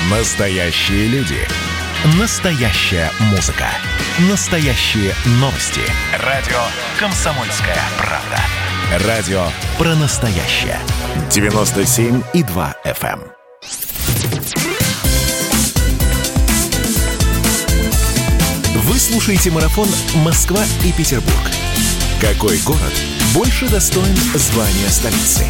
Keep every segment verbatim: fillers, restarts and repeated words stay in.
Настоящие люди. Настоящая музыка. Настоящие новости. Радио «Комсомольская правда». Радио про настоящее. девяносто семь и два эф эм. Вы слушаете марафон «Москва и Петербург». Какой город больше достоин звания столицы?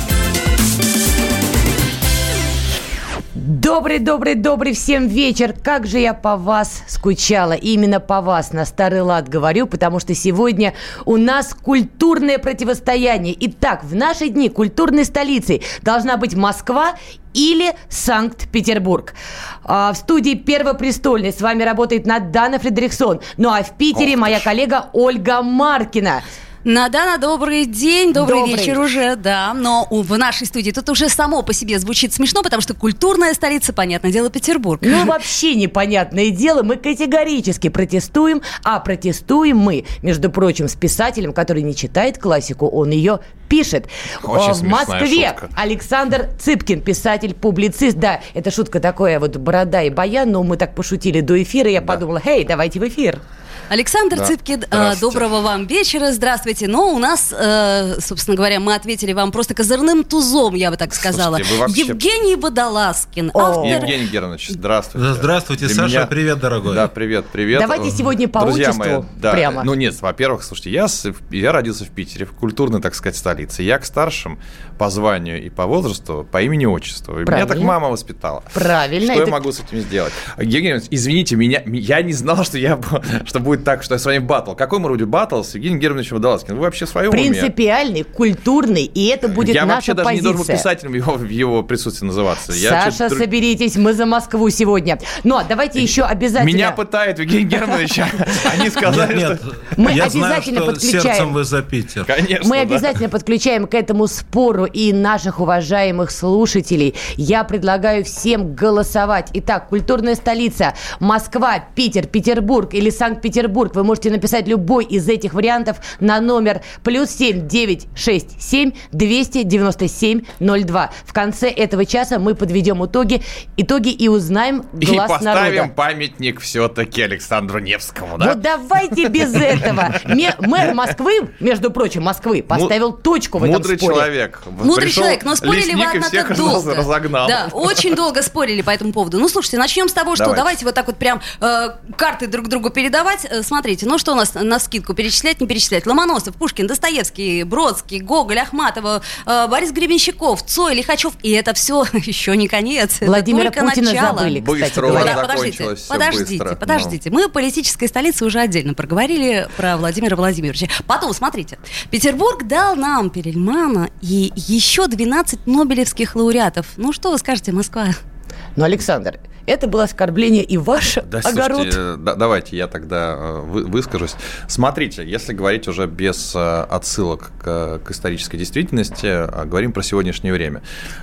Добрый-добрый-добрый всем вечер. Как же я по вас скучала. И именно по вас на старый лад говорю, потому что сегодня у нас культурное противостояние. Итак, в наши дни культурной столицей должна быть Москва или Санкт-Петербург. А в студии Первопрестольной с вами работает Надана Фредериксон. Ну а в Питере Ох, моя коллега Ольга Маркина. Надана, добрый день, добрый, добрый вечер уже, да. Но в нашей студии тут уже само по себе звучит смешно, потому что культурная столица, понятное дело, Петербург. Ну, вообще непонятное дело. Мы категорически протестуем, а протестуем мы, между прочим, с писателем, который не читает классику, он ее пишет. Очень в Москве шутка. Александр Цыпкин, писатель-публицист. Да, это шутка такая, вот борода и баян, но мы так пошутили до эфира, я да. подумала, хей, давайте в эфир. Александр да. Цыпкин, доброго вам вечера, здравствуйте. Но у нас, собственно говоря, мы ответили вам просто козырным тузом, я бы так сказала. Слушайте, вообще... Евгений Водолазкин, О. автор... Евгений Германович, здравствуйте. Здравствуйте, Для Саша, меня... привет, дорогой. Да, привет, привет. Давайте сегодня по Друзья отчеству мои, да. прямо. Ну нет, во-первых, слушайте, я, с... я родился в Питере, в культурной, так сказать, столице. Я к старшим по званию и по возрасту, по имени-отчеству. Меня так мама воспитала. Правильно. Что это... я могу с этим сделать? Евгений Германович, извините, меня... я не знал, что, я... что будет так, что я с вами баттл. Какой мы вроде баттл с Евгением Германовичем Водолазкиным? Вы вообще в своем уме? Принципиальный, культурный, и это будет я наша позиция. Я вообще даже позиция. не должен писателем в его, в его присутствии называться. Саша, я соберитесь, мы за Москву сегодня. Но давайте еще обязательно... Меня пытает Евгений Германович. Они сказали, нет, что... Мы я обязательно знаю, что подключаем... сердцем вы за Питер. Конечно, Мы да. обязательно подключаем к этому спору и наших уважаемых слушателей. Я предлагаю всем голосовать. Итак, культурная столица. Москва, Питер, Петербург или Санкт-Петербург. Вы можете написать любой из этих вариантов на номер плюс семь девятьсот шестьдесят семь двести девяносто семь ноль два. В конце этого часа мы подведем итоги, итоги и узнаем глаз народа. И поставим народа. памятник все-таки Александру Невскому, да? Вот давайте без этого. Мэр Москвы, между прочим, Москвы, поставил точку в этом споре. Мудрый человек. Мудрый человек, но спорили вы, однако, долго. Разогнал. Да, очень долго спорили по этому поводу. Ну, слушайте, начнем с того, что давайте, давайте вот так вот прям э, карты друг другу передавать. Э, смотрите, ну что у нас на скидку? Перечислять, не перечислять. Ломоносов, Пушкин, Достоевский, Бродский, Гоголь, Ахматова, э, Борис Гребенщиков, Цой, Лихачев. И это все еще не конец. Владимира это только Путина начало. забыли, кстати быстро говоря. уже Подождите, закончилось. подождите, быстро. подождите. Мы политической столице уже отдельно проговорили про Владимира Владимировича. Потом, смотрите. Петербург дал нам Перельмана и еще двенадцать нобелевских лауреатов. Ну, что вы скажете, Москва? Ну, Александр, это было оскорбление и ваш да, огород. Слушайте, да, давайте я тогда вы, выскажусь. Смотрите, если говорить уже без отсылок к, к исторической действительности, говорим про сегодняшнее время.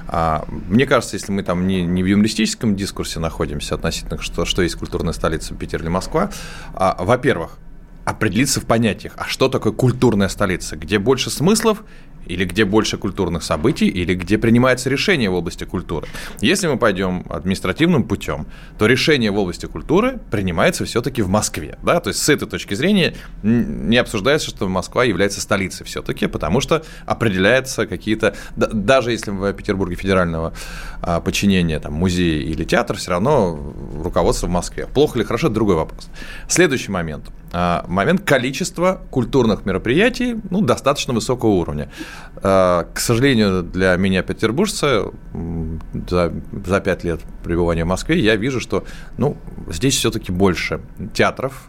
Мне кажется, если мы там не, не в юмористическом дискурсе находимся относительно, что, что есть культурная столица Питер или Москва, во-первых, определиться в понятиях, а что такое культурная столица, где больше смыслов, или где больше культурных событий, или где принимается решение в области культуры. Если мы пойдем административным путем, то решение в области культуры принимается все-таки в Москве. Да? То есть с этой точки зрения не обсуждается, что Москва является столицей все-таки, потому что определяются какие-то... Даже если в Петербурге федерального подчинения там, музей или театр, все равно руководство в Москве. Плохо или хорошо – это другой вопрос. Следующий момент. Момент количества культурных мероприятий ну, достаточно высокого уровня. К сожалению, для меня, петербуржца, за, за пять лет пребывания в Москве, я вижу, что ну, здесь все-таки больше театров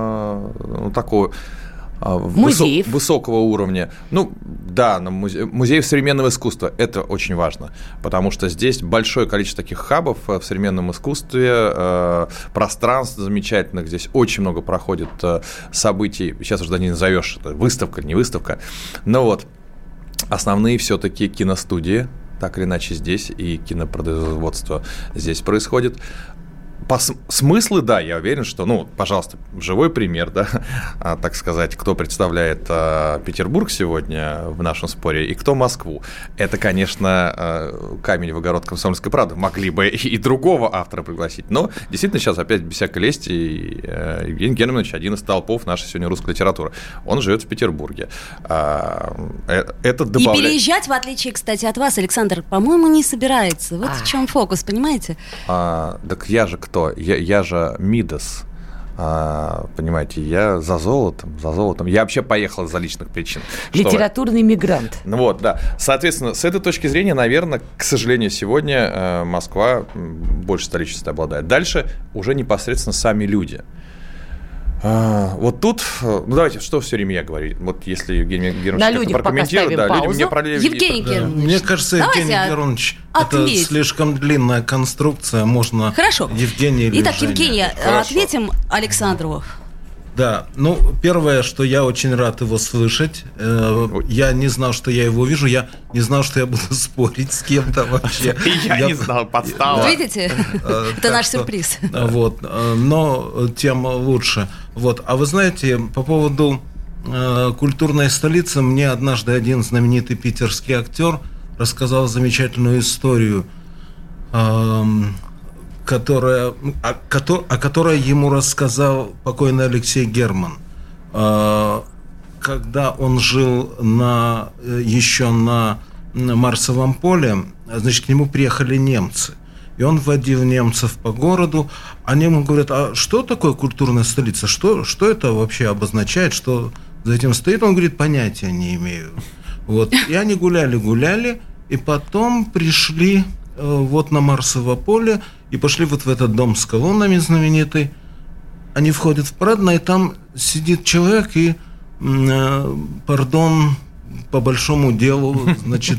ну, такого музеев. Высок, высокого уровня. Ну, да, музе, музеев современного искусства. Это очень важно, потому что здесь большое количество таких хабов в современном искусстве, э, пространств замечательных. Здесь очень много проходит э, событий. Сейчас уже не назовешь, это выставка, не выставка. Но вот основные все-таки киностудии, так или иначе здесь, и кинопроизводство здесь происходит. по смыслу, да, я уверен, что, ну, пожалуйста, живой пример, да, так сказать, кто представляет а, Петербург сегодня в нашем споре и кто Москву. Это, конечно, а, камень в огород «Комсомольской правды». Могли бы и, и другого автора пригласить, но действительно сейчас опять без всякой лести и, а, Евгений Германович один из столпов нашей сегодня русской литературы. Он живет в Петербурге. А, это добавляет... И переезжать, в отличие, кстати, от вас, Александр, по-моему, не собирается. Вот а. в чем фокус, понимаете? А, так я же кто? Я, я же Мидас. А, понимаете, я за золотом, за золотом. Я вообще поехал из-за личных причин. Литературный мигрант. Ну вот, да. Соответственно, с этой точки зрения, наверное, к сожалению, сегодня э, Москва больше столичности обладает. Дальше уже непосредственно сами люди. А, вот тут, ну давайте, что все время я говорю, вот если Евгений Германович прокомментирует, да, паузу. люди мне про... Евгений да. Германович. Мне кажется, Евгений Германович, это слишком длинная конструкция, можно Хорошо. Евгений или Итак, Женя. Евгений, Хорошо. Ответим Александру. Да, ну, первое, что я очень рад его слышать. Я не знал, что я его вижу, я не знал, что я буду спорить с кем-то вообще. Я не знал, подстава. Видите? Это наш сюрприз. Вот, но тем лучше. Вот, а вы знаете, по поводу культурной столицы, мне однажды один знаменитый питерский актер рассказал замечательную историю, Которая, о, о которой ему рассказал покойный Алексей Герман. Когда он жил на, еще на Марсовом поле, значит, к нему приехали немцы. И он водил немцев по городу. Они ему говорят, а что такое культурная столица? Что, что это вообще обозначает? Что за этим стоит? Он говорит, понятия не имею. Вот. И они гуляли-гуляли, и потом пришли вот на Марсово поле, и пошли вот в этот дом с колоннами знаменитый. Они входят в парадное, и там сидит человек, и, э, пардон, по большому делу, значит,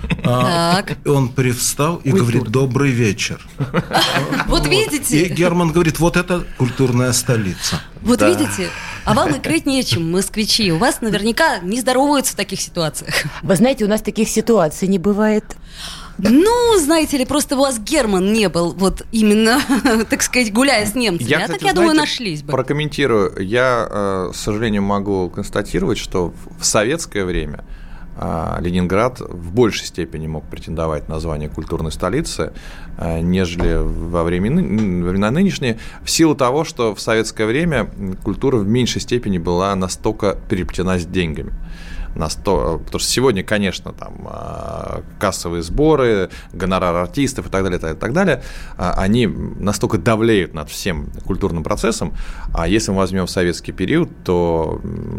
он привстал и говорит, добрый вечер. Вот видите? И Герман говорит, вот это культурная столица. Вот видите? А вам и крыть нечем, москвичи. У вас наверняка не здороваются в таких ситуациях. Вы знаете, у нас таких ситуаций не бывает. Ну, знаете ли, просто у вас Герман не был, вот именно, так сказать, гуляя с немцами. Я, а кстати, так, я знаете, думаю, нашлись бы. Прокомментирую. Я, к сожалению, могу констатировать, что в советское время Ленинград в большей степени мог претендовать на звание культурной столицы, нежели во время, времена нынешние, в силу того, что в советское время культура в меньшей степени была настолько переплетена с деньгами. На сто, потому что сегодня, конечно, там кассовые сборы, гонорар артистов и так далее, и так далее, они настолько давлеют над всем культурным процессом, а если мы возьмем советский период, то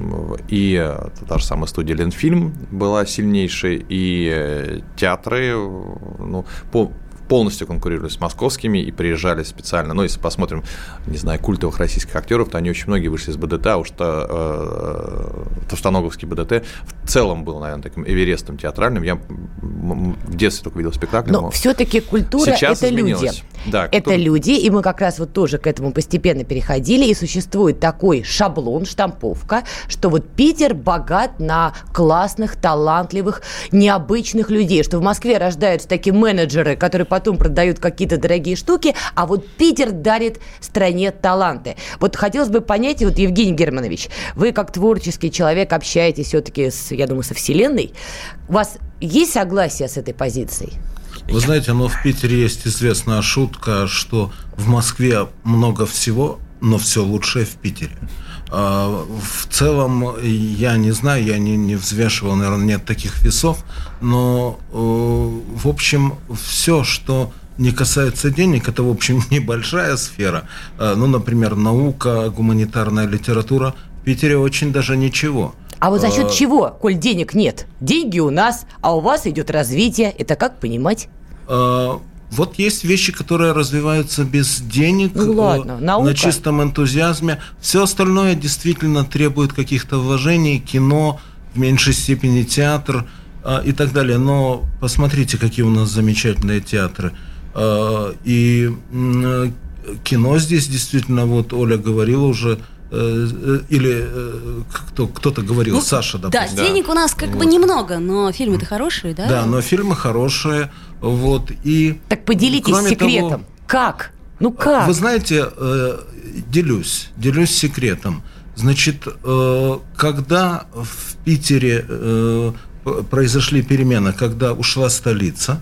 и та же самая студия «Ленфильм» была сильнейшей, и театры, ну, по полностью конкурировали с московскими и приезжали специально. Ну, если посмотрим, не знаю, культовых российских актеров, то они очень многие вышли из БДТ, а уж то, э, Товстоноговский БДТ в целом был, наверное, таким эверестом театральным. Я в детстве только видел спектакли. Но, но все-таки культура – это люди. Да, это культура... люди, и мы как раз вот тоже к этому постепенно переходили, и существует такой шаблон, штамповка, что вот Питер богат на классных, талантливых, необычных людей, что в Москве рождаются такие менеджеры, которые потом продают какие-то дорогие штуки, а вот Питер дарит стране таланты. Вот хотелось бы понять, вот, Евгений Германович, вы как творческий человек общаетесь все-таки, с, я думаю, со Вселенной. У вас есть согласие с этой позицией? Вы знаете, ну, в Питере есть известная шутка, что в Москве много всего, но все лучшее в Питере. В целом, я не знаю, я не, не взвешивал, наверное, нет таких весов, но, в общем, все, что не касается денег, это, в общем, небольшая сфера. Ну, например, наука, гуманитарная литература в Питере очень даже ничего. А вот за счет чего, коль денег нет? Деньги у нас, а у вас идет развитие. Это как понимать? Вот есть вещи, которые развиваются без денег, ну, ладно, наука. На чистом энтузиазме. Все остальное действительно требует каких-то вложений, кино, в меньшей степени театр э, и так далее. Но посмотрите, какие у нас замечательные театры. Э, и э, кино здесь действительно, вот Оля говорила уже, э, или э, кто, кто-то говорил, ну, Саша, допустим. Да, денег у нас как вот. бы немного, но фильмы-то хорошие, да? Да, но фильмы хорошие. Вот, и, так поделитесь секретом. Того, как Ну как? Вы знаете, делюсь, делюсь секретом. Значит, когда в Питере произошли перемены, когда ушла столица,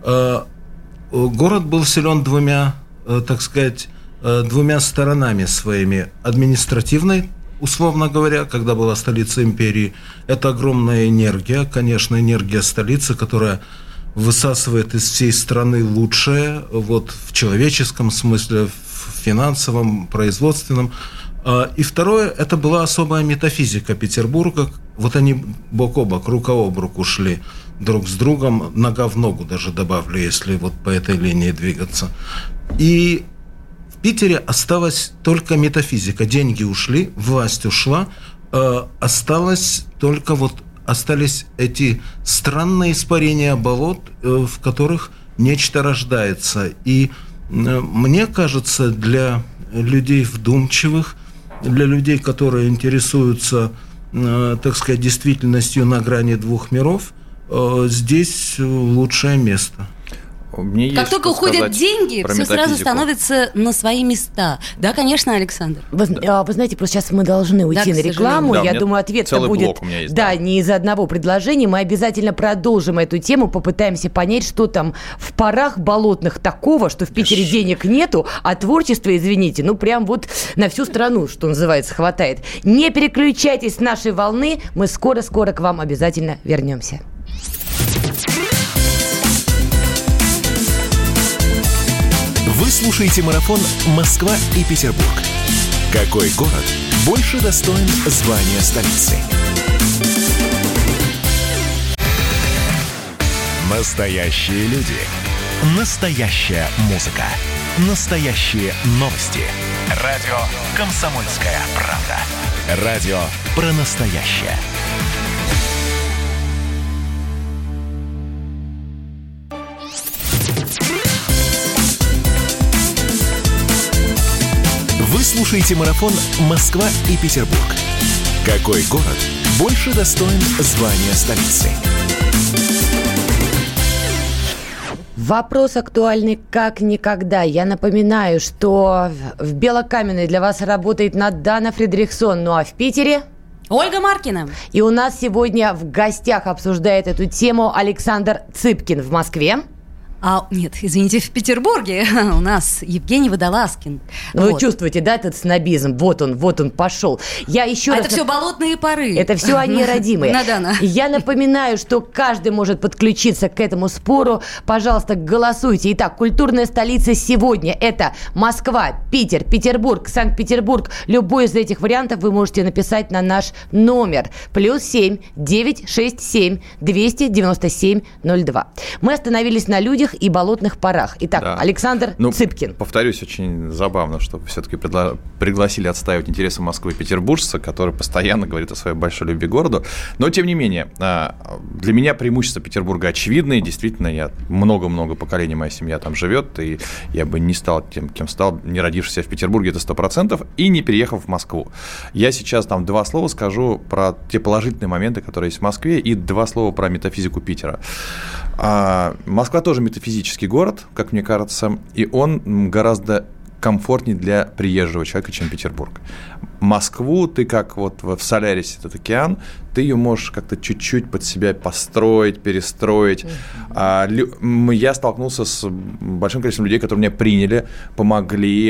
город был силен двумя, так сказать, двумя сторонами своими. Административной, условно говоря, когда была столица империи, это огромная энергия, конечно, энергия столицы, которая высасывает из всей страны лучшее, вот в человеческом смысле, в финансовом, производственном. И второе, это была особая метафизика Петербурга. Вот они бок о бок, рука об руку шли друг с другом, нога в ногу даже добавлю, если вот по этой линии двигаться. И в Питере осталась только метафизика. Деньги ушли, власть ушла, осталось только вот остались эти странные испарения болот, в которых нечто рождается. И мне кажется, для людей вдумчивых, для людей, которые интересуются, так сказать, действительностью на грани двух миров, здесь лучшее место. Мне как только уходят деньги, все сразу становится на свои места. Да, конечно, Александр. Вы, вы знаете, просто сейчас мы должны уйти да, на рекламу. Да, Я думаю, ответ-то будет есть, да, да, не из одного предложения. Мы обязательно продолжим эту тему, попытаемся понять, что там в парах болотных такого, что в Питере Ш... денег нету, а творчества, извините, ну прям вот на всю страну, что называется, хватает. Не переключайтесь с нашей волны, мы скоро-скоро к вам обязательно вернемся. Вы слушаете марафон «Москва и Петербург». Какой город больше достоин звания столицы? Настоящие люди. Настоящая музыка. Настоящие новости. Радио «Комсомольская правда». Радио про настоящее. Вы слушаете марафон «Москва и Петербург». Какой город больше достоин звания столицы? Вопрос актуальный как никогда. Я напоминаю, что в Белокаменной для вас работает Надана Фридрихсон, ну а в Питере... Ольга Маркина. И у нас сегодня в гостях обсуждает эту тему Александр Цыпкин в Москве. А, нет, извините, в Петербурге у нас Евгений Водолазкин. Ну, вот. Вы чувствуете, да, этот снобизм? Вот он, вот он пошел. Я еще а раз... это все болотные пары. Это все они родимые. Надана. Я напоминаю, что каждый может подключиться к этому спору. Пожалуйста, голосуйте. Итак, культурная столица сегодня – это Москва, Питер, Петербург, Санкт-Петербург. Любой из этих вариантов вы можете написать на наш номер. Плюс семь девятьсот шестьдесят семь двести девяносто семь ноль два. Мы остановились на людях и болотных парах. Итак, да. Александр ну, Цыпкин. Повторюсь, очень забавно, что все-таки предла- пригласили отстаивать интересы Москвы и петербуржца, который постоянно говорит о своей большой любви к городу. Но, тем не менее, для меня преимущества Петербурга очевидны. Действительно, я много-много поколений, моя семья там живет, и я бы не стал тем, кем стал, не родившись в Петербурге, это сто процентов, и не переехав в Москву. Я сейчас там два слова скажу про те положительные моменты, которые есть в Москве, и два слова про метафизику Питера. Москва тоже метафизическая. Физический город, как мне кажется, и он гораздо комфортнее для приезжего человека, чем Петербург. Москву ты как вот в Солярисе, этот океан, ты ее можешь как-то чуть-чуть под себя построить, перестроить. Mm-hmm. Я столкнулся с большим количеством людей, которые меня приняли, помогли.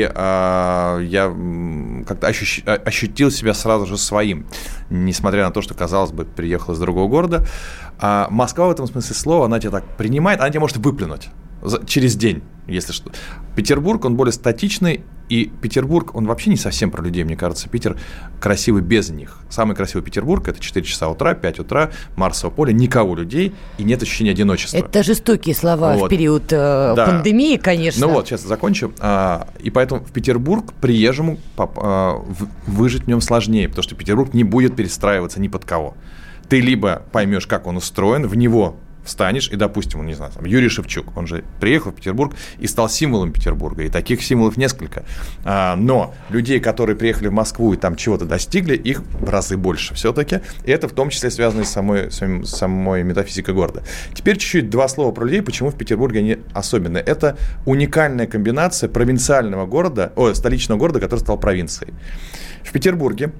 Я как-то ощутил себя сразу же своим, несмотря на то, что, казалось бы, приехал из другого города. Москва в этом смысле слова, она тебя так принимает, она тебя может выплюнуть через день, если что. Петербург, он более статичный, и Петербург, он вообще не совсем про людей, мне кажется. Питер красивый без них. Самый красивый Петербург – это четыре часа утра, пять утра, Марсово поле, никого людей, и нет ощущения одиночества. Это жестокие слова вот. В период э, да. пандемии, конечно. Ну вот, сейчас закончу. А, и поэтому в Петербург приезжему а, выжить в нем сложнее, потому что Петербург не будет перестраиваться ни под кого. Ты либо поймешь, как он устроен, в него встанешь, и, допустим, не знаю, там, Юрий Шевчук, он же приехал в Петербург и стал символом Петербурга, и таких символов несколько. А, но людей, которые приехали в Москву и там чего-то достигли, их в разы больше все-таки, и это в том числе связано с самой, с самой метафизикой города. Теперь чуть-чуть два слова про людей, почему в Петербурге они особенные. Это уникальная комбинация провинциального города, о, столичного города, который стал провинцией. В Петербурге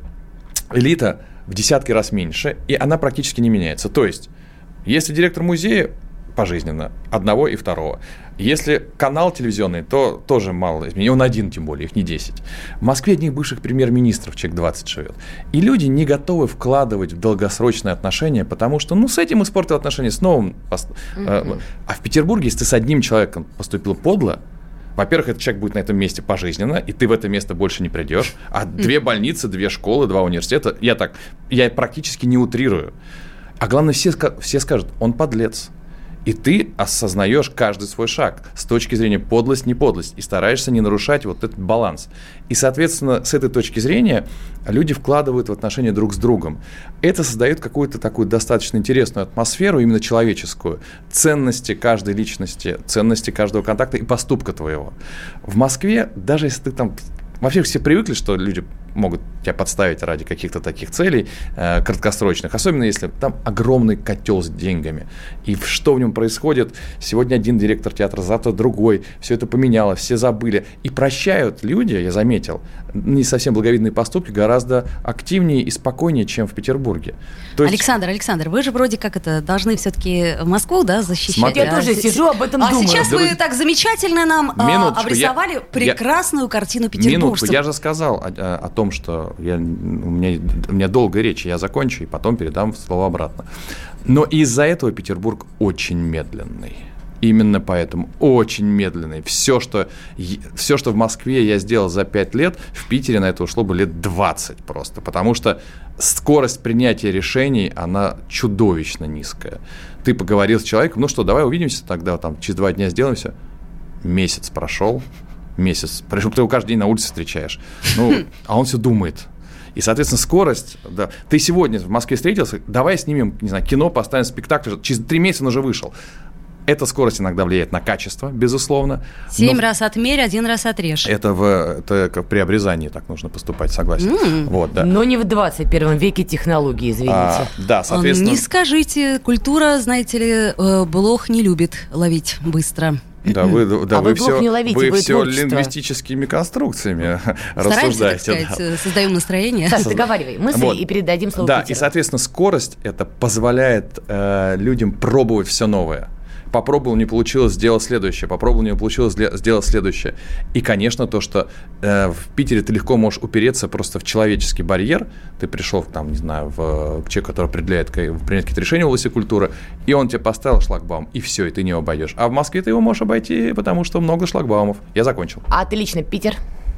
элита в десятки раз меньше, и она практически не меняется. То есть, если директор музея, пожизненно, одного и второго. Если канал телевизионный, то тоже мало изменений. Он один, тем более, их не десять. В Москве одних бывших премьер-министров человек двадцать живет. И люди не готовы вкладывать в долгосрочные отношения, потому что, ну, с этим испортил отношения, с новым. Mm-hmm. А в Петербурге, если ты с одним человеком поступил подло, во-первых, этот человек будет на этом месте пожизненно, и ты в это место больше не придешь. А две больницы, две школы, два университета, я так, я практически не утрирую. А главное, все, все скажут, он подлец. И ты осознаешь каждый свой шаг с точки зрения подлость, не подлость, и стараешься не нарушать вот этот баланс. И, соответственно, с этой точки зрения люди вкладывают в отношения друг с другом. Это создает какую-то такую достаточно интересную атмосферу, именно человеческую, ценности каждой личности, ценности каждого контакта и поступка твоего. В Москве, даже если ты там... Вообще все привыкли, что люди могут тебя подставить ради каких-то таких целей э, краткосрочных, особенно если там огромный котел с деньгами. И что в нем происходит? Сегодня один директор театра, завтра другой. Все это поменялось, все забыли. И прощают люди, я заметил, не совсем благовидные поступки гораздо активнее и спокойнее, чем в Петербурге. То есть... Александр, Александр, вы же вроде как это должны все-таки Москву, да, защищать. Смотри, я а тоже сижу, об этом а думаю. А сейчас да вы вы... так замечательно нам Минуточку, обрисовали я... прекрасную я... картину петербуржцев. Минутку, я же сказал о, о том, что я, у, меня, у меня долгая речь, я закончу и потом передам слово обратно. Но из-за этого Петербург очень медленный. Именно поэтому очень медленный. Все что, все, что в Москве я сделал за пять лет, в Питере на это ушло бы лет двадцать просто. Потому что скорость принятия решений, она чудовищно низкая. Ты поговорил с человеком, ну что, давай увидимся тогда, там, через два дня сделаем все. Месяц прошел, месяц. Причем ты его каждый день на улице встречаешь. Ну, а он все думает. И, соответственно, скорость... Да. Ты сегодня в Москве встретился, давай снимем, не знаю, кино, поставим спектакль. Через три месяца он уже вышел. Эта скорость иногда влияет на качество, безусловно. Семь но... раз отмерь, один раз отрежь. Это, в, это как при обрезании так нужно поступать, согласен. Mm. Вот, да. Но не в двадцать первом веке технологии, извините. А, да, соответственно... Не скажите, культура, знаете ли, блох не любит ловить быстро. Да, вы, да, а вы, вы все, не ловите, вы вы все творчество. лингвистическими конструкциями Стараемся, рассуждаете. Так сказать, да. Создаем настроение. Саш, договаривай мысли вот. И передадим слово Да, Питеру. И, соответственно, скорость это позволяет э, людям пробовать все новое. Попробовал, не получилось, сделал следующее. Попробовал, не получилось, сделал следующее. И, конечно, то, что э, в Питере ты легко можешь упереться просто в человеческий барьер. Ты пришел, там, не знаю, в, к человеку, который определяет, принять какие-то решения в области культуры, и он тебе поставил шлагбаум, и все, и ты не обойдешь. А в Москве ты его можешь обойти, потому что много шлагбаумов. Я закончил. А ты лично Питер?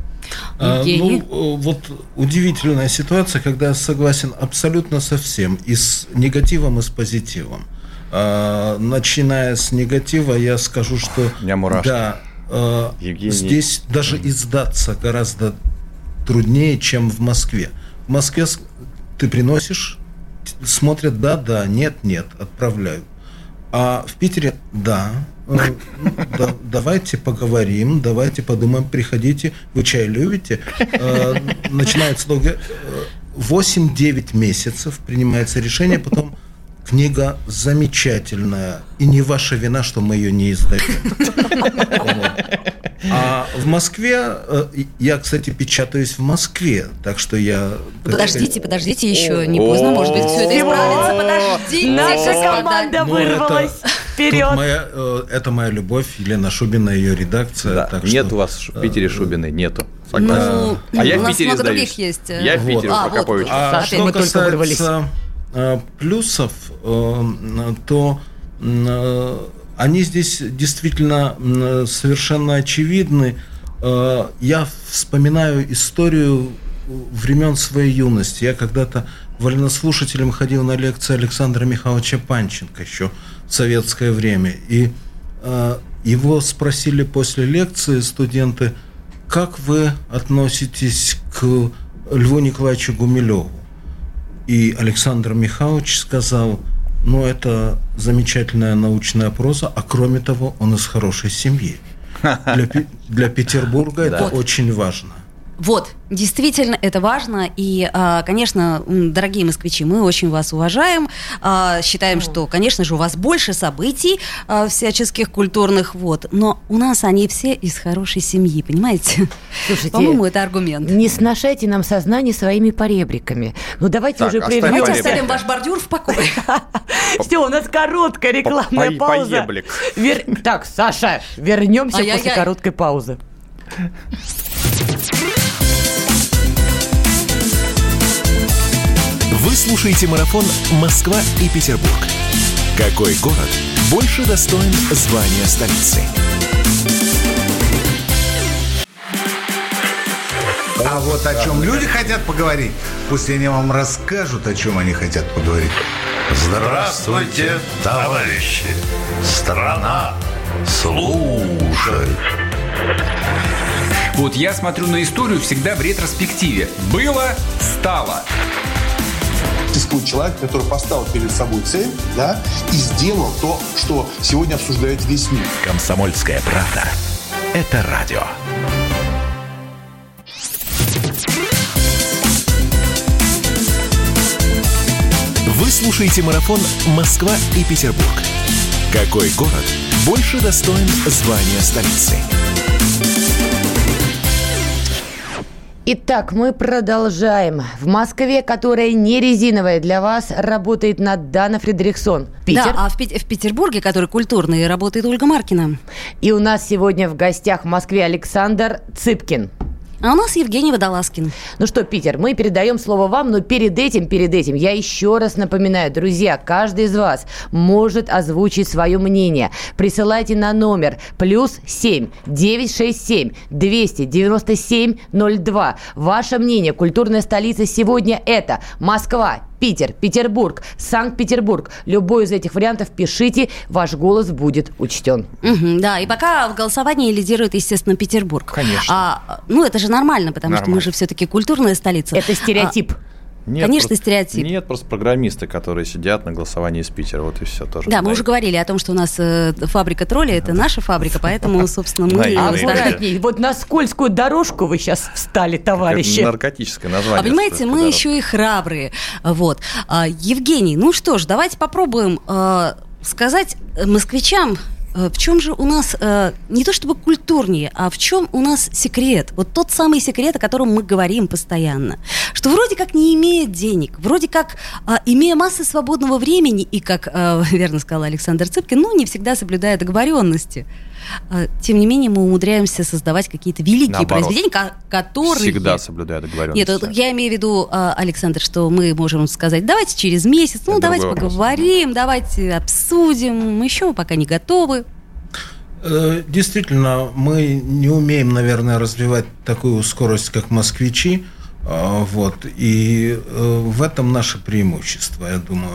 А, ну, вот удивительная ситуация, когда я согласен абсолютно со всем. И с негативом, и с позитивом. Uh, начиная с негатива, я скажу, что да, uh, здесь даже издаться гораздо труднее, чем в Москве. В Москве ты приносишь, смотрят, да, да, нет, нет, отправляют. А в Питере, да, uh, да давайте поговорим, давайте подумаем, приходите, вы чай любите. Uh, начинается долго, восемь-девять месяцев принимается решение, потом книга замечательная, и не ваша вина, что мы ее не издаем. А в Москве, я, кстати, печатаюсь в Москве, так что я... Подождите, подождите, еще не поздно, может быть, все это исправится, подождите. Наша команда вырвалась вперед. Это моя любовь, Елена Шубина, ее редакция. Нет у вас в Питере Шубиной, нету. А я в Питере сдаюсь. Я в Питере, Прокопович. А что касается... плюсов, то они здесь действительно совершенно очевидны. Я вспоминаю историю времен своей юности. Я когда-то вольнослушателем ходил на лекции Александра Михайловича Панченко еще в советское время. И его спросили после лекции студенты, как вы относитесь к Льву Николаевичу Гумилеву? И Александр Михайлович сказал, но это замечательная научная проза, а кроме того, он из хорошей семьи. Для, для Петербурга это очень важно. Вот, действительно, это важно. И, конечно, дорогие москвичи, мы очень вас уважаем. Считаем, что, конечно же, у вас больше событий всяческих культурных. Вот. Но у нас они все из хорошей семьи, понимаете? Слушайте, по-моему, это аргумент. Не сношайте нам сознание своими поребриками. Ну, давайте так, уже оставим прервем. Давайте оставим ваш бордюр в покое. Все, у нас короткая рекламная По- пауза. поеблик. Вер... Так, Саша, вернемся Ай-яй-яй. после короткой паузы. Вы слушаете марафон «Москва и Петербург». Какой город больше достоин звания столицы? А вот о чем люди хотят поговорить, пусть они вам расскажут, о чем они хотят поговорить. Здравствуйте, товарищи! Страна слушает. Вот я смотрю на историю всегда в ретроспективе. Было, стало. Существует человек, который поставил перед собой цель, да, и сделал то, что сегодня обсуждает весь мир. «Комсомольская правда» — это радио. Вы слушаете марафон «Москва и Петербург». Какой город больше достоин звания столицы? Итак, мы продолжаем. В Москве, которая не резиновая для вас, работает Надана Фредериксон. Питер. Да, а в, Пет- в Петербурге, который культурный, работает Ольга Маркина. И у нас сегодня в гостях в Москве Александр Цыпкин. А у нас Евгений Водолазкин. Ну что, Питер, мы передаем слово вам, но перед этим, перед этим я еще раз напоминаю, друзья, каждый из вас может озвучить свое мнение. Присылайте на номер плюс семь девятьсот шестьдесят семь двести девяносто семь ноль два. Ваше мнение. Культурная столица сегодня это Москва, Питер, Петербург, Санкт-Петербург. Любой из этих вариантов пишите, ваш голос будет учтен. Угу, да, и пока в голосовании лидирует, естественно, Петербург. Конечно. А, ну, это же нормально, потому Нормально. что мы же все-таки культурная столица. Это стереотип. Нет, Конечно, просто, стереотип. Нет, просто программисты, которые сидят на голосовании из Питера, вот и все тоже. Да, мы уже говорили о том, что у нас э, фабрика троллей, это наша фабрика, поэтому, собственно, мы... Наивные стараемся- Аккуратней. Вот на скользкую дорожку вы сейчас встали, товарищи. Это наркотическое название. А понимаете, мы дорог. еще и храбрые. Вот. А, Евгений, ну что ж, давайте попробуем э, сказать москвичам, э, в чем же у нас э, не то чтобы культурнее, а в чем у нас секрет. Вот тот самый секрет, о котором мы говорим постоянно. Что вроде как не имея денег, вроде как э, имея массу свободного времени, и, как э, верно сказал Александр Цыпкин, ну, не всегда соблюдая договоренности. Э, Тем не менее, мы умудряемся создавать какие-то великие Наоборот. произведения, ко- которые... Всегда соблюдая договоренности. Нет, вот я имею в виду, а, Александр, что мы можем сказать, давайте через месяц, ну, Это давайте другой вопрос. поговорим, давайте обсудим, еще мы пока не готовы. Э, Действительно, мы не умеем, наверное, развивать такую скорость, как москвичи. А, Вот. И э, в этом наше преимущество, я думаю.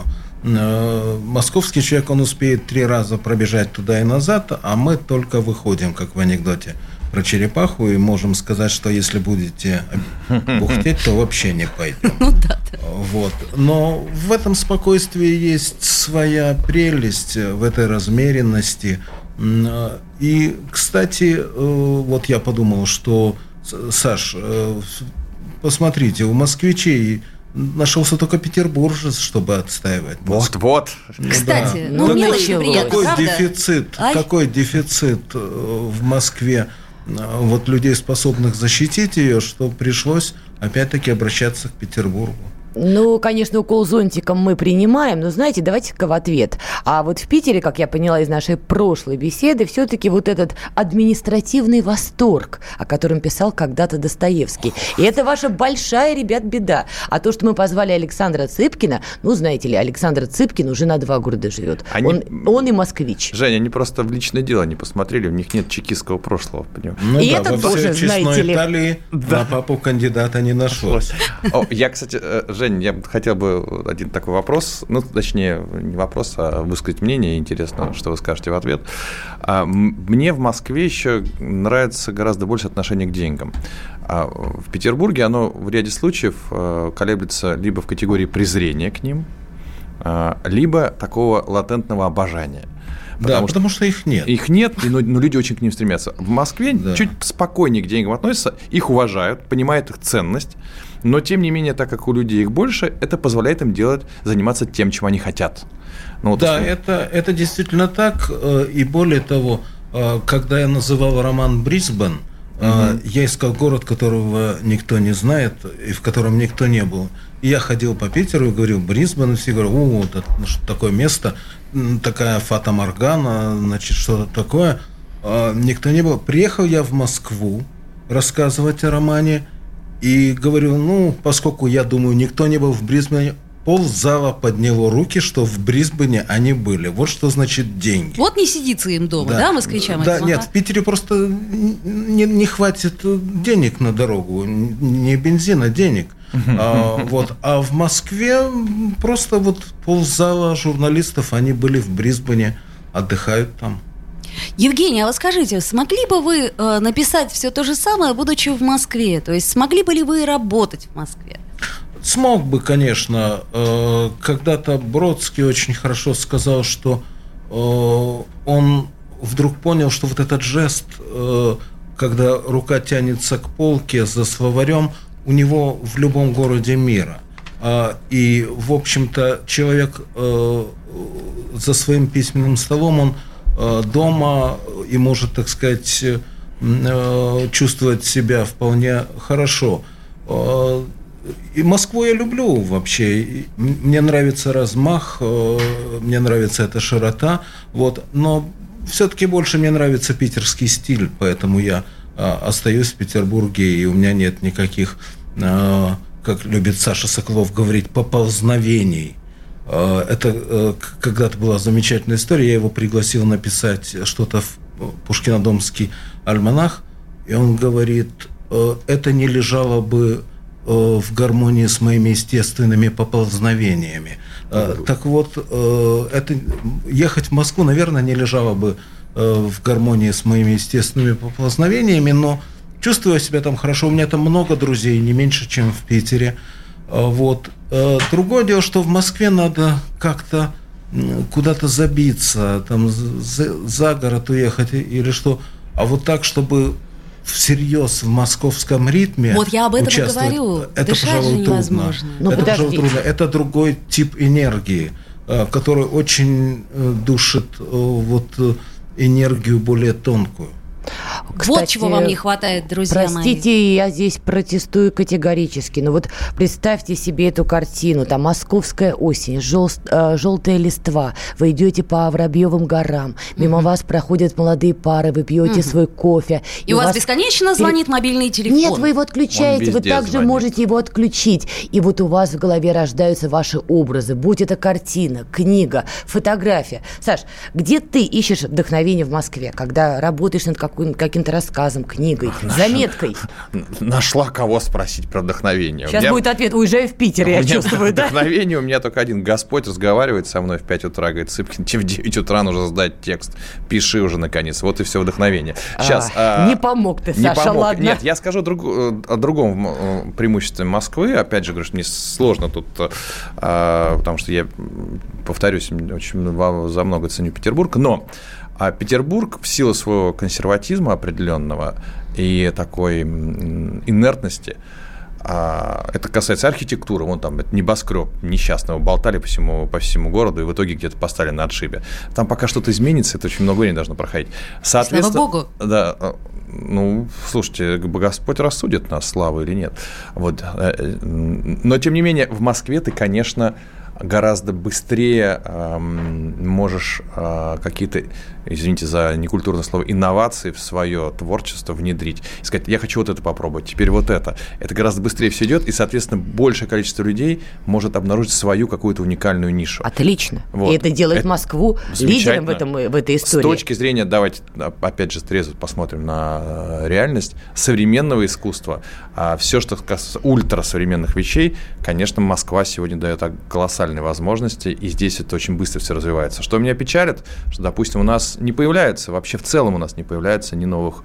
Э, Московский человек, он успеет три раза пробежать туда и назад, а мы только выходим, как в анекдоте про черепаху, и можем сказать, что если будете бухтеть, то вообще не пойдем. Ну да, да. Вот. Но в этом спокойствии есть своя прелесть, в этой размеренности. М, И, кстати, э, вот я подумал, что, С- Саш, э, с- посмотрите, у москвичей нашелся только петербуржец, чтобы отстаивать Москву. Вот-вот. Кстати, Ну, ну, мило и началось. приятно, Какой правда? дефицит, Ай. какой дефицит э, в Москве э, вот людей, способных защитить ее, что пришлось опять-таки обращаться к Петербургу. Ну, конечно, укол зонтиком мы принимаем, но, знаете, давайте-ка в ответ. А вот в Питере, как я поняла из нашей прошлой беседы, все-таки вот этот административный восторг, о котором писал когда-то Достоевский. И это ваша большая, ребят, беда. А то, что мы позвали Александра Цыпкина, ну, знаете ли, Александр Цыпкин уже на два города живет. Они- Он, он и москвич. Женя, они просто в личное дело не посмотрели, у них нет чекистского прошлого, понимаешь? Ну И да, это во тоже, всей знаете честной ли. Италии на папу кандидата не нашлось. О, я, кстати, э, Жень, я бы хотел бы один такой вопрос, ну, точнее, не вопрос, а высказать мнение, интересно, что вы скажете в ответ. А, м- Мне в Москве еще нравится гораздо больше отношение к деньгам. А в Петербурге оно в ряде случаев э, колеблется либо в категории презрения к ним, либо такого латентного обожания. Потому да, что потому что их нет. Их нет, но, но люди очень к ним стремятся. В Москве да. чуть спокойнее к деньгам относятся, их уважают, понимают их ценность, но, тем не менее, так как у людей их больше, это позволяет им делать, заниматься тем, чем они хотят. Ну, вот да, это, это действительно так. И более того, когда я называл роман «Брисбен», mm-hmm. я искал город, которого никто не знает и в котором никто не был. И я ходил по Питеру и говорил «Брисбен», и все говорят: «О, вот это что такое место, такая фата Моргана, значит, что-то такое». Никто не был. Приехал я в Москву рассказывать о романе и говорю: ну, поскольку, я думаю, никто не был в Брисбене, ползала подняло руки, что в Брисбене они были. Вот что значит деньги. Вот не сидится им дома, да, да москвичам? Да, нет, в Питере просто не, не хватит денег на дорогу, не бензина, денег. А, вот. А в Москве просто вот ползала журналистов, они были в Брисбене, отдыхают там. Евгений, а вот скажите, смогли бы вы э, написать все то же самое, будучи в Москве? То есть смогли бы ли вы работать в Москве? Смог бы, конечно. Э, когда-то Бродский очень хорошо сказал, что э, он вдруг понял, что вот этот жест, э, когда рука тянется к полке за словарем, у него в любом городе мира. И, в общем-то, человек за своим письменным столом, он дома и может, так сказать, чувствовать себя вполне хорошо. И Москву я люблю вообще. Мне нравится размах, мне нравится эта широта. Вот. Но все-таки больше мне нравится питерский стиль, поэтому я остаюсь в Петербурге, и у меня нет никаких, как любит Саша Соколов говорить, поползновений. Это когда-то была замечательная история, я его пригласил написать что-то в Пушкинодомский альманах, и он говорит: это не лежало бы в гармонии с моими естественными поползновениями. Так вот, это, ехать в Москву, наверное, не лежало бы в гармонии с моими естественными поползновениями, но чувствую себя там хорошо. У меня там много друзей, не меньше, чем в Питере. Вот. Другое дело, что в Москве надо как-то куда-то забиться, там за, за город уехать или что. А вот так, чтобы всерьез в московском ритме вот я об этом и говорю. Это, Дышать пожалуй, трудно. Ну, это, пожалуй, трудно. Это другой тип энергии, который очень душит вот энергию более тонкую. Кстати, вот чего вам не хватает, друзья простите, мои. Простите, я здесь протестую категорически. Но вот представьте себе эту картину. Там московская осень, жел, э, желтая листва. Вы идете по Воробьевым горам. Мимо uh-huh. вас проходят молодые пары. Вы пьете uh-huh. свой кофе. И, и у вас, вас бесконечно звонит мобильный телефон. Нет, вы его отключаете. Вы также звонит. можете его отключить. И вот у вас в голове рождаются ваши образы. Будь это картина, книга, фотография. Саш, где ты ищешь вдохновение в Москве, когда работаешь над какой каким-то рассказом, книгой, заметкой? Нашла кого спросить про вдохновение. Сейчас меня... будет ответ: уезжаю в Питер, я чувствую, да? Вдохновение у меня только один. Господь разговаривает со мной в пять утра, говорит: Цыпкин, тебе в девять утра нужно сдать текст. Пиши уже, наконец. Вот и все вдохновение. Сейчас, а, а, не помог ты, Саша, помог. Ладно. Нет, я скажу друг, о другом преимуществе Москвы. Опять же, говорю, что мне сложно тут, а, потому что я, повторюсь, очень за много ценю Петербург, но А Петербург в силу своего консерватизма определенного и такой инертности, это касается архитектуры, вон там небоскреб несчастного болтали по всему, по всему городу и в итоге где-то поставили на отшибе. Там пока что-то изменится, это очень много времени должно проходить. Слава Богу. Да, ну, слушайте, Господь рассудит нас, слава или нет. Вот. Но, тем не менее, в Москве ты, конечно, гораздо быстрее э, можешь э, какие-то, извините за некультурное слово, инновации в свое творчество внедрить. И сказать: я хочу вот это попробовать, теперь вот это. Это гораздо быстрее все идет, и, соответственно, большее количество людей может обнаружить свою какую-то уникальную нишу. Отлично. Вот. И это делает это Москву лидером в, этом, в этой истории. С точки зрения, давайте, опять же, трезво посмотрим на реальность современного искусства. А все, что касается ультрасовременных вещей, конечно, Москва сегодня дает колоссальные возможности, и здесь это очень быстро все развивается. Что меня печалит, что, допустим, у нас нас не появляется, вообще в целом у нас не появляется ни новых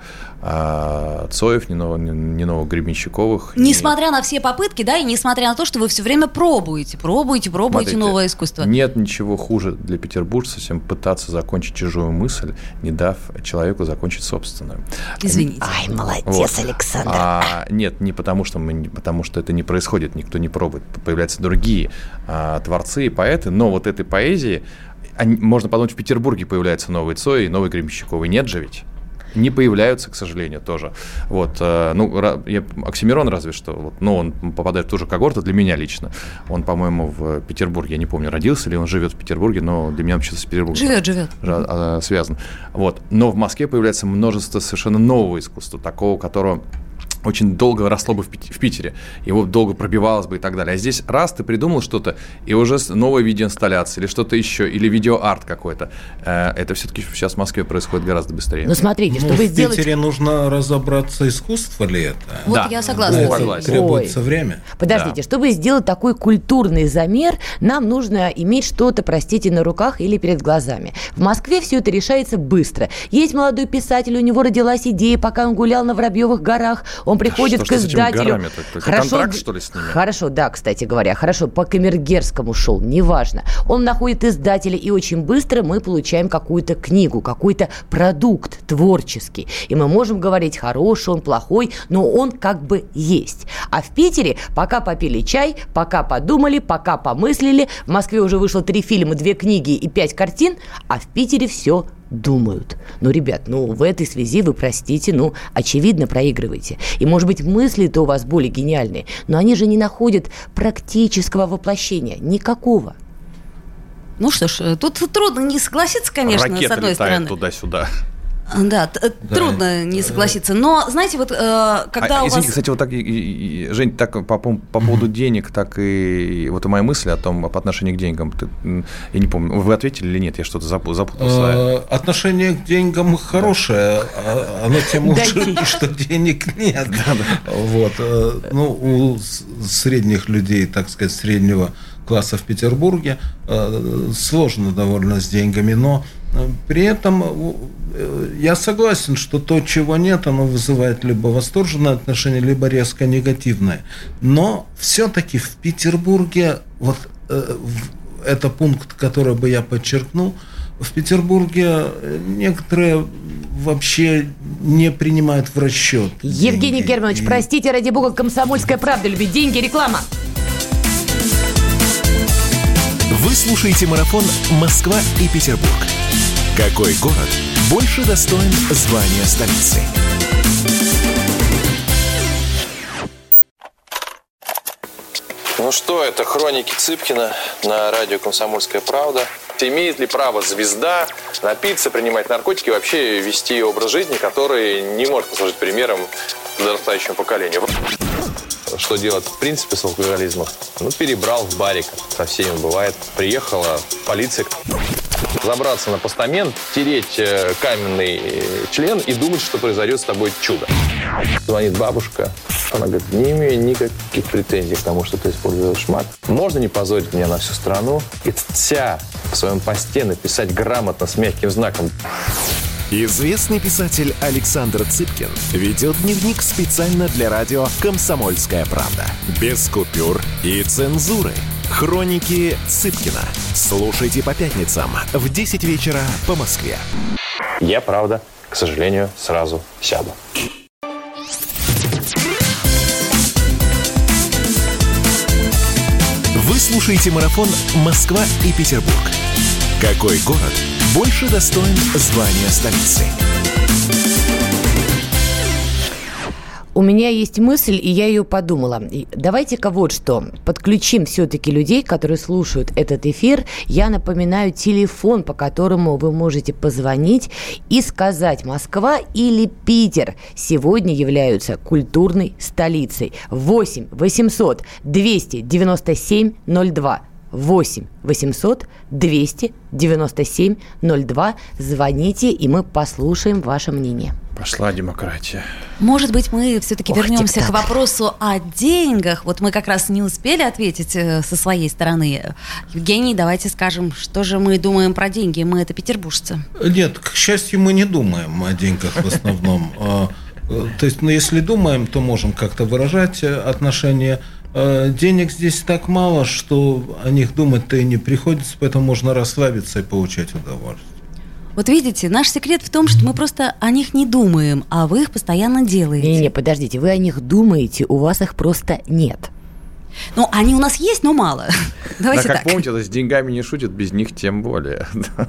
а, Цоев, ни новых, ни, ни новых Гребенщиковых. Несмотря ни... на все попытки, да, и несмотря на то, что вы все время пробуете, пробуете, пробуете Смотрите, новое искусство. Нет ничего хуже для петербуржца, чем пытаться закончить чужую мысль, не дав человеку закончить собственную. Извините. Ай, молодец, вот. Александр. А, нет, не потому что, мы, потому что это не происходит, никто не пробует. Появляются другие а, творцы и поэты, но вот этой поэзии, они, можно подумать, в Петербурге появляются новые Цои, новые Гребенщиковы. Нет же ведь? Не появляются, к сожалению, тоже. Вот, ну, я, Оксимирон разве что, вот, но он попадает в ту же когорту для меня лично. Он, по-моему, в Петербурге, я не помню, родился или он живет в Петербурге, но для меня почему-то с Петербургом живет, живет. связан. Вот. Но в Москве появляется множество совершенно нового искусства, такого, которого очень долго росло бы в Питере, его долго пробивалось бы и так далее. А здесь раз ты придумал что-то, и уже новая видеоинсталляция или что-то еще, или видеоарт какой-то. Это все-таки сейчас в Москве происходит гораздо быстрее. Ну, смотрите, ну, чтобы в сделать... Питере нужно разобраться, искусство ли это. Вот да. я согласна. Ой, согласен. Требуется ой. время. Подождите, да. Чтобы сделать такой культурный замер, нам нужно иметь что-то, простите, на руках или перед глазами. В Москве все это решается быстро. Есть молодой писатель, у него родилась идея, пока он гулял на Воробьевых горах, он приходит да, к издателю. Хорошо, контракт, что ли, с ними? Хорошо, да, кстати говоря, хорошо, по Камергерскому шел, неважно. Он находит издателя, и очень быстро мы получаем какую-то книгу, какой-то продукт творческий. И мы можем говорить, хороший он, плохой, но он как бы есть. А в Питере пока попили чай, пока подумали, пока помыслили, в Москве уже вышло три фильма, две книги и пять картин, а в Питере все думают. Ну, ребят, ну, в этой связи вы, простите, ну, очевидно, проигрываете. И, может быть, мысли-то у вас более гениальные, но они же не находят практического воплощения. Никакого. Ну что ж, тут трудно не согласиться, конечно, Ракеты с одной стороны. туда-сюда. Да, т- да, трудно не согласиться. Но, знаете, вот э, когда а, у извините, вас... кстати, вот так, и, и, Жень, так по, по поводу денег, так и вот и моя мысль о том, по отношению к деньгам, ты, я не помню, вы ответили или нет, я что-то запутался. Отношение к деньгам хорошее, оно тем лучше, что денег нет. Вот. Ну, у средних людей, так сказать, среднего класса в Петербурге сложно довольно с деньгами, но при этом я согласен, что то, чего нет, оно вызывает либо восторженное отношение, либо резко негативное. Но все-таки в Петербурге, вот э, это пункт, который бы я подчеркнул, в Петербурге некоторые вообще не принимают в расчет. Евгений деньги. Германович, и... простите, ради бога, «Комсомольская правда» любит деньги, реклама. Вы слушаете марафон «Москва и Петербург». Какой город больше достоин звания столицы? Ну что, это хроники Цыпкина на радио «Комсомольская правда». Имеет ли право звезда напиться, принимать наркотики и вообще вести образ жизни, который не может послужить примером подрастающему поколению? Что делать в принципе с алкоголизмом? Ну, перебрал в барик. Со всеми бывает. Приехала полиция. Забраться на постамент, тереть каменный член и думать, что произойдет с тобой чудо. Звонит бабушка. Она говорит, не имею никаких претензий к тому, что ты используешь мат. Можно не позорить меня на всю страну и вся в своем посте написать грамотно с мягким знаком. Известный писатель Александр Цыпкин ведет дневник специально для радио «Комсомольская правда». Без купюр и цензуры. Хроники Цыпкина. Слушайте по пятницам в десять вечера по Москве. Я, правда, к сожалению, сразу сяду. Вы слушаете марафон «Москва и Петербург». Какой город больше достоин звания столицы? У меня есть мысль, и я ее подумала. Давайте-ка вот что. Подключим все-таки людей, которые слушают этот эфир. Я напоминаю телефон, по которому вы можете позвонить и сказать, Москва или Питер сегодня являются культурной столицей. восемь восемьсот двести девяносто семь ноль два. восемь восемьсот двести девяносто семь ноль два. Звоните, и мы послушаем ваше мнение. Пошла демократия. Может быть, мы все-таки Ох, вернемся тик-так. к вопросу о деньгах. Вот мы как раз не успели ответить э, со своей стороны. Евгений, давайте скажем, что же мы думаем про деньги. Мы это петербуржцы. Нет, к счастью, мы не думаем о деньгах в основном. То есть, ну, если думаем, то можем как-то выражать отношения. Денег здесь так мало, что о них думать-то и не приходится, поэтому можно расслабиться и получать удовольствие. Вот видите, наш секрет в том, что мы просто о них не думаем, а вы их постоянно делаете. Не-не, подождите, вы о них думаете, у вас их просто нет. Ну, они у нас есть, но мало. Давайте Да, как так. помните, это с деньгами не шутят, без них тем более.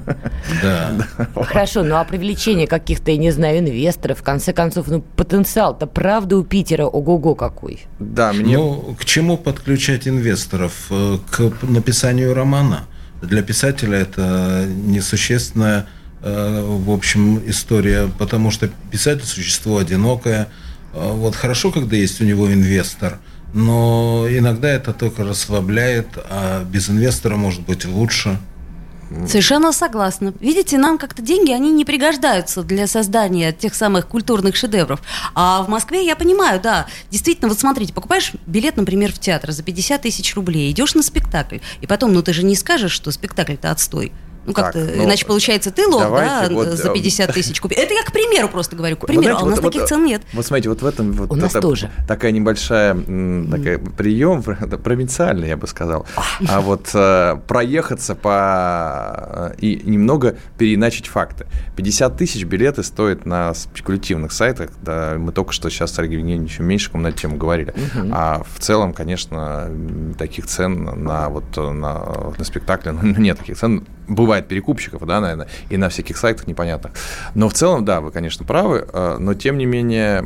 Да. Хорошо, ну а привлечение каких-то, я не знаю, инвесторов, в конце концов, ну потенциал-то правда у Питера ого-го какой. Да, мне... Ну, к чему подключать инвесторов? К написанию романа. Для писателя это несущественная, в общем, история, потому что писатель – существо одинокое. Вот хорошо, когда есть у него инвестор, но иногда это только расслабляет, а без инвестора может быть лучше. Совершенно согласна. Видите, нам как-то деньги, они не пригождаются для создания тех самых культурных шедевров. А в Москве, я понимаю, да, действительно, вот смотрите, покупаешь билет, например, в театр за пятьдесят тысяч рублей, идешь на спектакль, и потом, ну ты же не скажешь, что спектакль-то отстой. Ну, как-то, Так, ну, иначе получается, ты лох, да, вот, за пятьдесят тысяч купил. Это я к примеру просто говорю, к Вы примеру, знаете, а у нас вот, таких вот, цен нет. Вот смотрите, вот в этом вот у нас это, тоже. Такая небольшая м, такая, прием, провинциальный, я бы сказал. А вот э, проехаться по и немного переиначить факты. пятьдесят тысяч билеты стоят на спекулятивных сайтах. Да, мы только что сейчас с Сергеем Евгеньевичем Меньшиковым на эту тему говорили. Угу. А в целом, конечно, таких цен на, вот, на, на спектакле, ну, нет таких цен. Бывает перекупщиков, да, наверное, и на всяких сайтах непонятных. Но в целом, да, вы, конечно, правы, но тем не менее,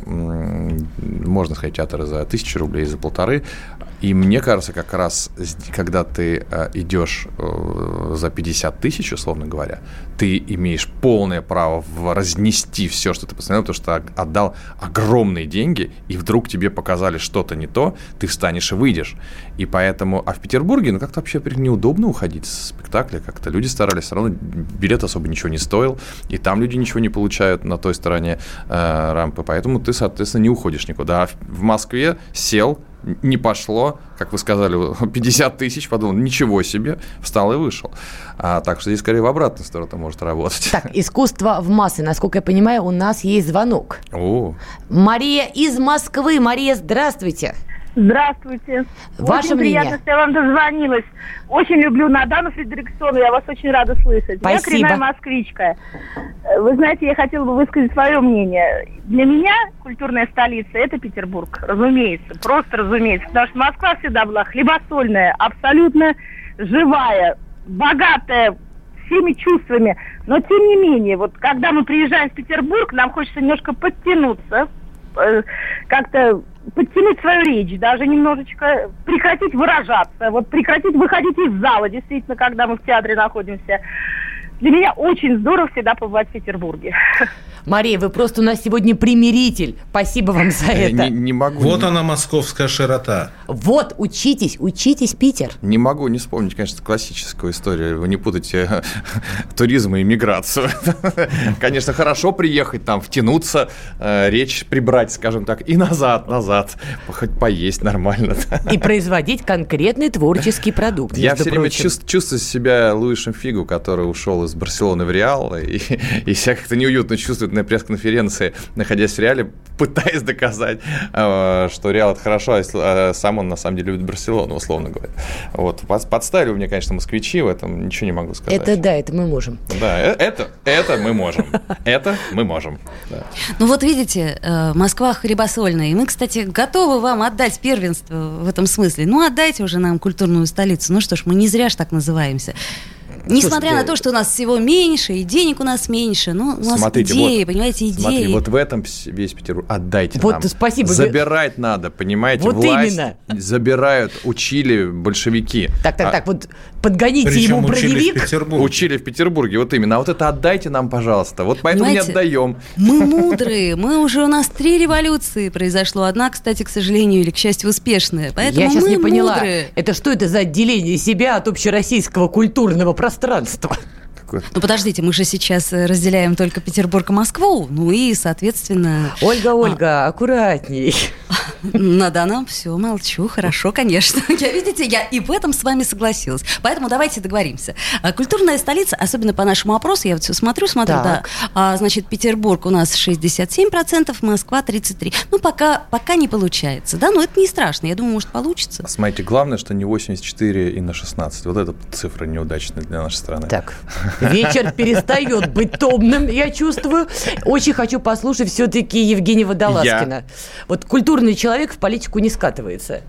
можно сказать, театры за тысячу рублей, за полторы. И мне кажется, как раз, когда ты идешь за пятьдесят тысяч, условно говоря, ты имеешь полное право разнести все, что ты посмотрел, потому что отдал огромные деньги, и вдруг тебе показали что-то не то, ты встанешь и выйдешь. И поэтому, а в Петербурге, ну, как-то вообще неудобно уходить с спектакля, как-то люди старались, все равно билет особо ничего не стоил, и там люди ничего не получают на той стороне э, рампы, поэтому ты, соответственно, не уходишь никуда. А в Москве сел, не пошло, как вы сказали, пятьдесят тысяч, подумал, ничего себе, встал и вышел. А, так что здесь скорее в обратную сторону может работать. Так, искусство в массы, насколько я понимаю, у нас есть звонок. О. Мария из Москвы. Мария, здравствуйте. Здравствуйте. Ваше очень мнение? приятно, что я вам дозвонилась. Очень люблю Надану Фредериксону, я вас очень рада слышать. Спасибо. Я коренная москвичка. Вы знаете, я хотела бы высказать свое мнение. Для меня культурная столица – это Петербург, разумеется, просто разумеется. Потому что Москва всегда была хлебосольная, абсолютно живая, богатая всеми чувствами. Но тем не менее, вот когда мы приезжаем в Петербург, нам хочется немножко подтянуться, как-то подтянуть свою речь, даже немножечко прекратить выражаться, вот прекратить выходить из зала, действительно, когда мы в театре находимся. Для меня очень здорово всегда побывать в Петербурге. Мария, вы просто у нас сегодня примиритель. Спасибо вам за это. Не, не могу. Вот она, московская широта. Вот, учитесь, учитесь, Питер. Не могу не вспомнить, конечно, классическую историю. Вы не путайте туризм и миграцию. Конечно, хорошо приехать там, втянуться, речь прибрать, скажем так, и назад, назад. Хоть поесть нормально. И производить конкретный творческий продукт. Я все время чувствую себя Луишем Фигу, который ушел из Барселоны в Реал, и, и себя как-то неуютно чувствует на пресс-конференции, находясь в Реале, пытаясь доказать, что Реал – это хорошо, а сам он на самом деле любит Барселону, условно говоря. Вот. Подставили у меня, конечно, москвичи, в этом ничего не могу сказать. Это да, это мы можем. Да, это, это мы можем. Это мы можем. Да. Ну вот видите, Москва хлебосольная, и мы, кстати, готовы вам отдать первенство в этом смысле. Ну, отдайте уже нам культурную столицу. Ну что ж, мы не зря ж так называемся. Несмотря Слушайте, на то, что у нас всего меньше, и денег у нас меньше, но у нас Смотрите, идеи, вот, понимаете, идеи. Смотри, вот в этом весь Петербург. Отдайте Вот, нам. спасибо. Забирать надо, понимаете? Вот Власть именно. забирают, учили большевики. Так, так, А- так, вот подгоните Причем ему учили в броневик. Петербурге. Учили в Петербурге, вот именно. А вот это отдайте нам, пожалуйста. Вот поэтому Понимаете, не отдаем. Мы мудрые, мы уже, у нас три революции произошло. Одна, кстати, к сожалению, или к счастью, успешная. Поэтому Я сейчас мы не поняла, мудрые. это что это за отделение себя от общероссийского культурного пространства? Ну, подождите, мы же сейчас э, разделяем только Петербург и Москву. Ну и, соответственно... Ольга, Ольга, аккуратней. Надо нам все, молчу, хорошо, конечно. Я, видите, я и в этом с вами согласилась. Поэтому давайте договоримся. А, Культурная столица, особенно по нашему опросу, я вот все смотрю, смотрю, Так. да. А, значит, Петербург у нас шестьдесят семь процентов, Москва тридцать три процента. Ну, пока, пока не получается, да, но это не страшно. Я думаю, может, получится. Смотрите, главное, что не восемьдесят четыре и на шестнадцать. Вот эта цифра неудачная для нашей страны. Так, вечер перестает быть томным, я чувствую. Очень хочу послушать все-таки Евгения Водолазкина. Вот культурный человек в политику не скатывается.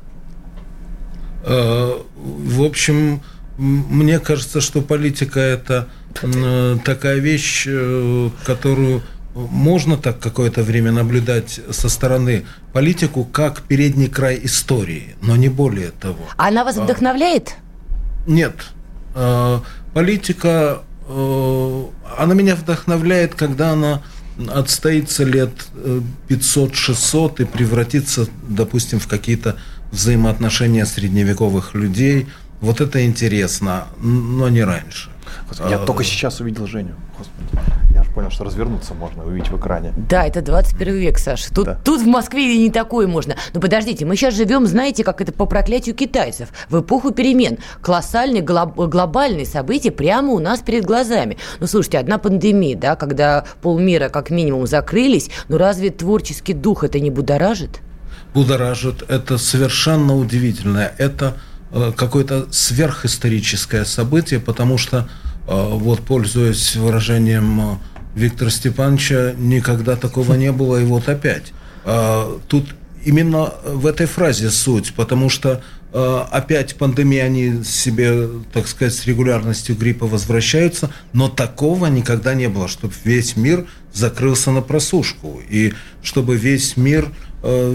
Э, В общем, м- мне кажется, что политика – это м, такая вещь, э, которую можно так какое-то время наблюдать со стороны. Политику как передний край истории, но не более того. Она вас вдохновляет? Нет. Э, Политика, э, она меня вдохновляет, когда она отстоится лет пятьсот-шестьсот и превратится, допустим, в какие-то взаимоотношения средневековых людей. Вот это интересно, но не раньше. Господи, я только сейчас увидел Женю. Господи, я же понял, что развернуться можно увидеть в экране. Да, это двадцать первый век, Саша. Тут, Да. тут в Москве и не такое можно. Но подождите, мы сейчас живем, знаете, как это по проклятию китайцев, в эпоху перемен. Колоссальные глоб- глобальные события прямо у нас перед глазами. Ну, слушайте, одна пандемия, да, когда полмира как минимум закрылись, ну разве творческий дух это не будоражит? Будоражит. Это совершенно удивительно. Это э, какое-то сверхисторическое событие, потому что, э, вот пользуясь выражением э, Виктора Степановича, никогда такого не было, и вот опять. Э, Тут именно в этой фразе суть, потому что э, опять пандемии, они себе, так сказать, с регулярностью гриппа возвращаются, но такого никогда не было, чтобы весь мир закрылся на просушку, и чтобы весь мир э,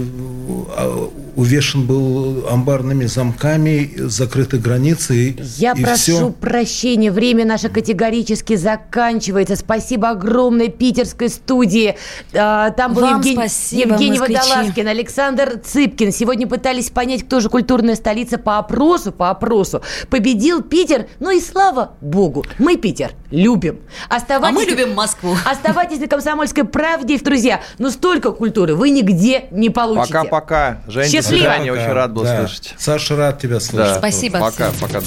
увешан был амбарными замками, закрыты границы. И, Я и прошу всё. прощения, время наше категорически заканчивается. Спасибо огромной питерской студии. А, Там был Вам Евгений, спасибо, Евгений москвичи. Водолазкин, Александр Цыпкин. Сегодня пытались понять, кто же культурная столица по опросу. По опросу победил Питер. Ну и слава богу, мы Питер любим. Оставайтесь, А мы любим Москву. Оставайтесь на «Комсомольской правде», друзья. Но столько культуры вы нигде не получите. Пока-пока. Жень, до Счастливо. свидания. Очень рад был Да. слышать. Саша, рад тебя слышать. Да. Спасибо. Пока, пока.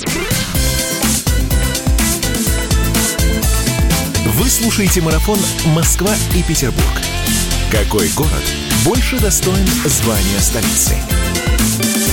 Вы слушаете марафон «Москва и Петербург». Какой город больше достоин звания столицы?